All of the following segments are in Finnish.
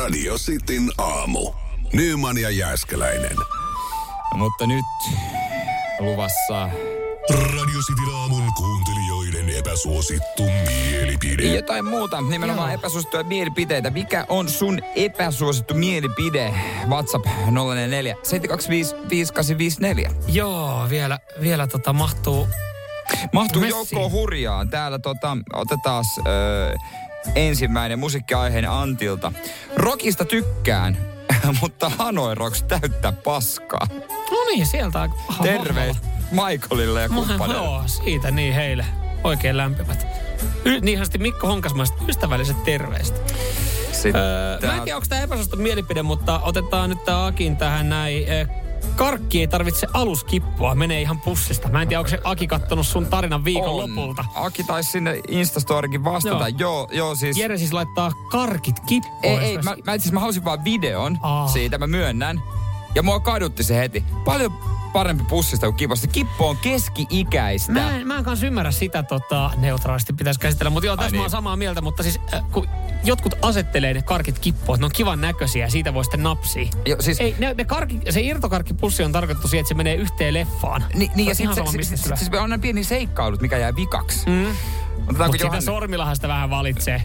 Radio Cityn aamu. Nyman ja Jääskeläinen. Mutta nyt luvassa Radio Cityn aamun kuuntelijoiden epäsuosittu mielipide. jotain muuta, nimenomaan epäsuosittuja mielipiteitä. Mikä on sun epäsuosittu mielipide? WhatsApp 044 725 5854. Joo, vielä mahtuu joukkoon hurjaa. Täällä otetaan ensimmäinen musiikkiaiheinen Antilta. Rockista tykkään, mutta Hanoi Rocks täyttää paskaa. No niin, sieltä Terveys Michaelille ja kumppaneille. Joo, siitä niin heille. Oikein lämpimät. Niinhästi Mikko Honkasmaista ystävälliset terveiset. Mä en tiedä, onko tämä epäsuosittu mielipide, mutta otetaan nyt tämä Akin tähän näin. Karkki ei tarvitse aluskippua, menee ihan pussista. Mä en tiedä, onko se Aki kattonut sun tarinan viikon lopulta. Aki taisi sinne Instastorikin vastata. Joo, siis... Jere siis laittaa karkit kippoon. Ei, mä halusin vaan videon siitä, mä myönnän. Ja mua kadutti se heti. Paljon parempi pussista kuin kiposta. Kippo on keski-ikäistä. Mä en kanssa ymmärrä sitä neutraalisti pitäisi käsitellä. Mutta joo, tässä mä oon samaa mieltä. Mutta siis kun jotkut asettelee ne karkit kippoon, että ne on kivan näköisiä ja siitä voi sitten napsia. Jo, siis... Ei, se irtokarkkipussi on tarkoitettu siihen, että se menee yhteen leffaan. Niin ja sitten on pieni seikkailut, mikä jää vikaksi. Mutta sitä sormillahan sitä vähän valitsee.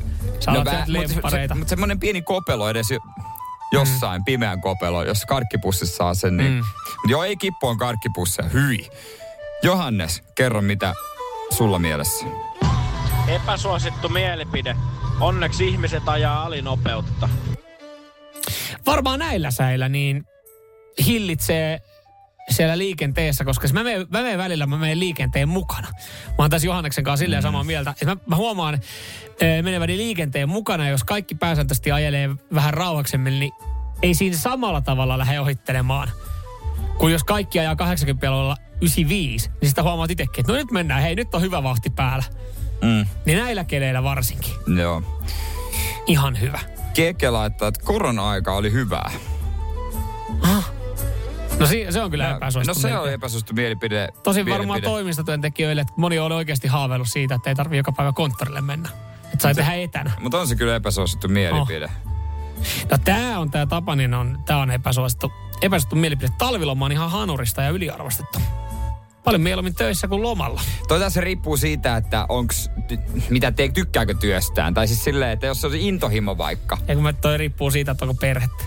Mutta semmoinen pieni kopelo edes jossain pimeän kopelo, jos karkkipussissa saa sen, niin... Mutta joo, ei kippoon karkkipussia. Hyi. Johannes, kerro mitä sulla mielessä. Epäsuosittu mielipide. Onneksi ihmiset ajaa alinopeutta. Varmaan näillä säillä niin hillitsee siellä liikenteessä, koska mä menen välillä liikenteen mukana. Mä oon tässä Johanneksen kanssa silleen samaa mieltä. Mä huomaan meneväni liikenteen mukana, jos kaikki pääsääntöisesti ajelee vähän rauhaksemmin, niin ei siinä samalla tavalla lähde ohittelemaan. Kun jos kaikki ajaa 80-luvulla 95, niin sitä huomaat itsekin, että no nyt mennään, hei nyt on hyvä vauhti päällä. Niin näillä keleillä varsinkin. Joo. Ihan hyvä. Keke laittaa, että korona-aika oli hyvää. No se on kyllä epäsuosittu. No se on epäsuosittu mielipide. Tosin varmaan toimistotyöntekijöille, että moni on oikeasti haaveillut siitä, että ei tarvitse joka päivä konttorille mennä. Että sai tehdä etänä. Mutta on se kyllä epäsuosittu mielipide. No tää Tapanin on epäsuosittu mielipide. Talviloma on ihan hanurista ja yliarvostettu. Paljon mieluummin töissä kuin lomalla. Se riippuu siitä, että tykkääkö työstään. Tai siis silleen, että jos se on intohimo vaikka. Ja kun toi riippuu siitä, että onko perhettä.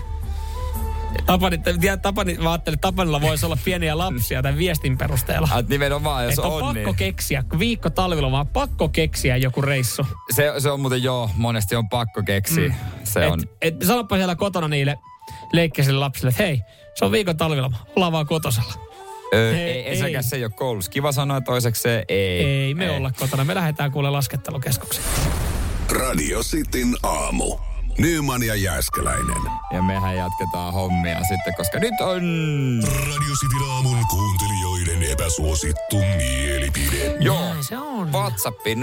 Mä ajattelin, että Tapanilla voisi olla pieniä lapsia tämän viestin perusteella. Nimenomaan, jos on pakko niin. keksiä, viikko talvilomaa, pakko keksiä joku reissu. Se on muuten monesti on pakko keksiä. Sanoppa siellä kotona niille leikkeisille lapsille, että hei, se on viikon talviloma, ollaan vaan kotosalla. Ensinnäkään se ei ole koulussa. Kiva sanoa toiseksi ei me olla kotona, me lähdetään kuule laskettelukeskukseen. Radio Cityn aamu. Nyman ja Jääskeläinen. Ja mehän jatketaan hommia sitten, koska nyt on... Radio Cityn aamun kuuntelijoiden epäsuosittu mielipide. Joo, se on. WhatsAppiin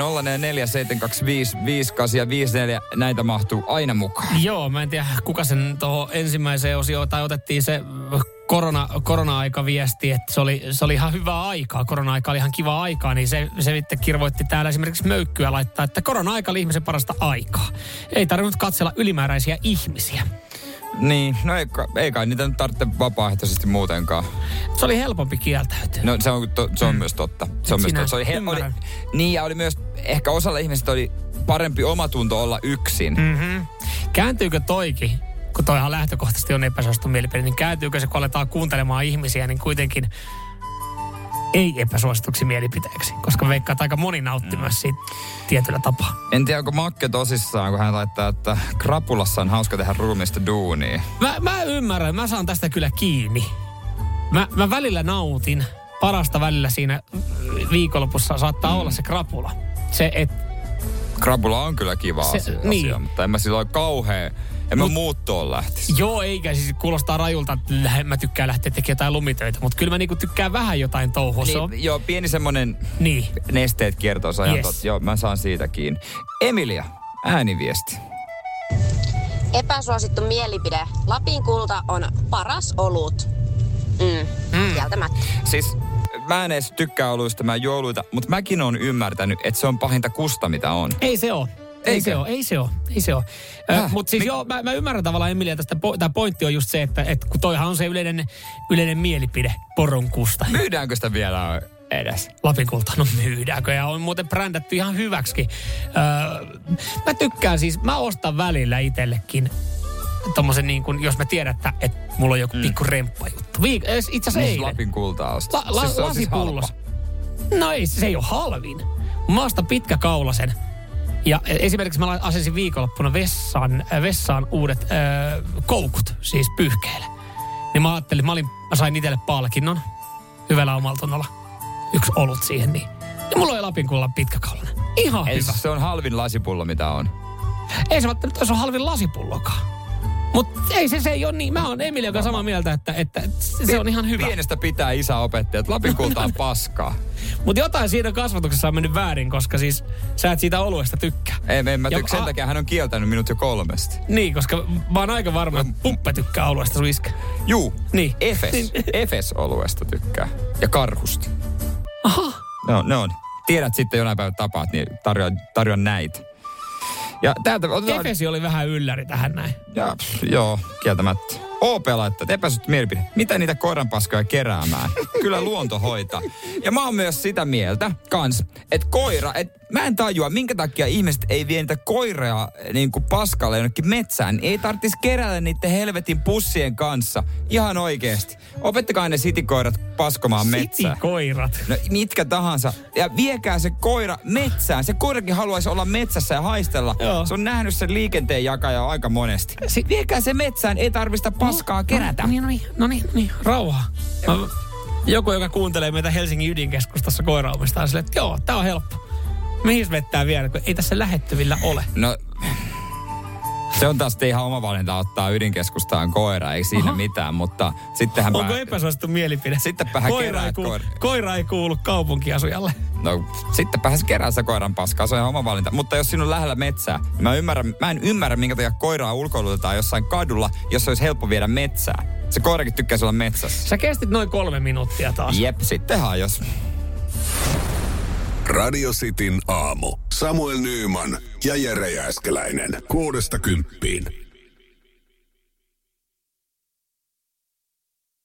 044 näitä mahtuu aina mukaan. Joo, mä en tiedä kuka sen tuohon ensimmäiseen osioon, tai otettiin se korona-aika viesti, että se oli ihan hyvää aikaa. Korona-aika oli ihan kivaa aikaa, niin se sitten kirvoitti täällä esimerkiksi möykkyä laittaa, että korona-aika oli ihmisen parasta aikaa. Ei tarvinnut katsella ylimääräisiä ihmisiä. Niin, no ei kai niitä nyt tarvitse vapaaehtoisesti muutenkaan. Se oli helpompi kieltäytyä. No se on myös totta. Se on myös totta. Niin ja oli myös, ehkä osalla ihmisistä oli parempi omatunto olla yksin. Kääntyykö toikin? Kun toihan lähtökohtaisesti on epäsuosittu mielipide, niin kääntyykö se, kun aletaan kuuntelemaan ihmisiä, niin kuitenkin ei epäsuosituksi mielipiteeksi. Koska veikkaa, että aika moni nautti myös siitä tietyllä tapaa. En tiedä, onko Makke tosissaan, kun hän laittaa, että krapulassa on hauska tehdä ruumista duunia. Mä ymmärrän, mä saan tästä kyllä kiinni. Mä välillä nautin. Parasta välillä siinä viikonlopussa saattaa olla se krapula. Krapula on kyllä kiva asia, mutta en mä silloin kauhean... En mä muuttoon lähtisi. Joo, eikä siis kuulostaa rajulta, että mä tykkään lähteä tekemään jotain lumitöitä. Mutta kyllä mä niinku tykkään vähän jotain touhua. Niin, joo, pieni semmonen nesteet kiertoon. Yes. Joo, mä saan siitä kiinni. Emilia, ääniviesti. Epäsuosittu mielipide. Lapin kulta on paras olut. Kieltämättä. Siis mä en edes tykkää oluista, mä juo oluita, mutta mäkin oon ymmärtänyt, että se on pahinta kusta, mitä on. Ei se oo. Ei se ole. Mutta siis joo, mä ymmärrän tavallaan Emilia tästä, tämä pointti on just se, että kun toihan on se yleinen mielipide poronkusta. Myydäänkö sitä vielä edes? Lapin kultaa, no myydäänkö? Ja on muuten brändätty ihan hyväksi. Mä tykkään siis, mä ostan välillä itsellekin tommosen niin kuin, jos mä tiedän, että mulla on joku pikku remppajuttu. Itse asiassa eilen. Lapin kultaa ostaa. Lasipullos. No ei, se ei ole halvin. Mä ostan pitkäkaulasen. Ja esimerkiksi mä asensin viikonloppuna vessaan uudet koukut, siis pyyhkeille. Niin mä ajattelin, mä sain itselle palkinnon hyvällä omaltunnolla. 1 olut siihen, niin. Ja mulla oli Lapin kullan pitkäkaulainen. Ihan ei, hyvä. Se on halvin lasipullo, mitä on. Ei se välttämättä, se on halvin lasipullokaan. Mutta ei se ei ole niin. Mä oon Emilia kanssa samaa mieltä, että se on ihan hyvä. Pienestä pitää isä opettaa, että Lapin kulta on paskaa. Mutta jotain siinä kasvatuksessa on mennyt väärin, koska siis sä et siitä oluesta tykkää. Ei, mä tykkään sen takia, hän on kieltänyt minut jo 3. Niin, koska mä oon aika varma, että Puppe tykkää oluesta sun iskä. Juu, niin. Efes oluesta tykkää. Ja karhusta. Aha. Ne on. Tiedät sitten jonain päivänä tapaat, niin tarjoan näitä. Ja täältä otetaan... Efesi oli vähän ylläri tähän näin. Ja, joo, kieltämättä. OP laittaa, että epäsuhti mielipide. Mitä niitä koiranpaskoja keräämään? Kyllä luonto hoitaa. Ja mä oon myös sitä mieltä kans, että mä en tajua, minkä takia ihmiset ei vie niitä koiraa niin kuin paskalle jonnekin metsään. Ei tarvitsisi kerätä niiden helvetin pussien kanssa. Ihan oikeesti. Opettakaa ne sitikoirat paskomaan metsään. Sitikoirat? No mitkä tahansa. Ja viekää se koira metsään. Se koirakin haluaisi olla metsässä ja haistella. Joo. Se on nähnyt sen liikenteen jakaja aika monesti. Viekää se metsään, ei tarvista paskaa kerätä. No niin, rauhaa. Joku, joka kuuntelee meitä Helsingin ydinkeskustassa koiraomistaan, silleen, että joo, tää on helppo. Mihin vettää vielä, kun ei tässä lähettyvillä ole? No, se on taas ihan oma valinta ottaa ydinkeskustaan koira, ei siinä mitään, mutta sittenhän... Onko epäsuosittu mielipide? Sittenpä hän kerää koira ei kuulu kaupunkiasujalle. No, sittenpä hän kerää se koiran paskaa, se on ihan oma valinta. Mutta jos sinun on lähellä metsää, niin mä en ymmärrä, minkä takia koiraa ulkoilutetaan jossain kadulla, jos olisi helppo viedä metsään. Se koirakin tykkäisi olla metsässä. Sä kestit noin 3 minuuttia taas. Jep, sittenhan jos... Radio Cityn aamu. Samuel Nyyman ja Jere Jääskeläinen. 6–10.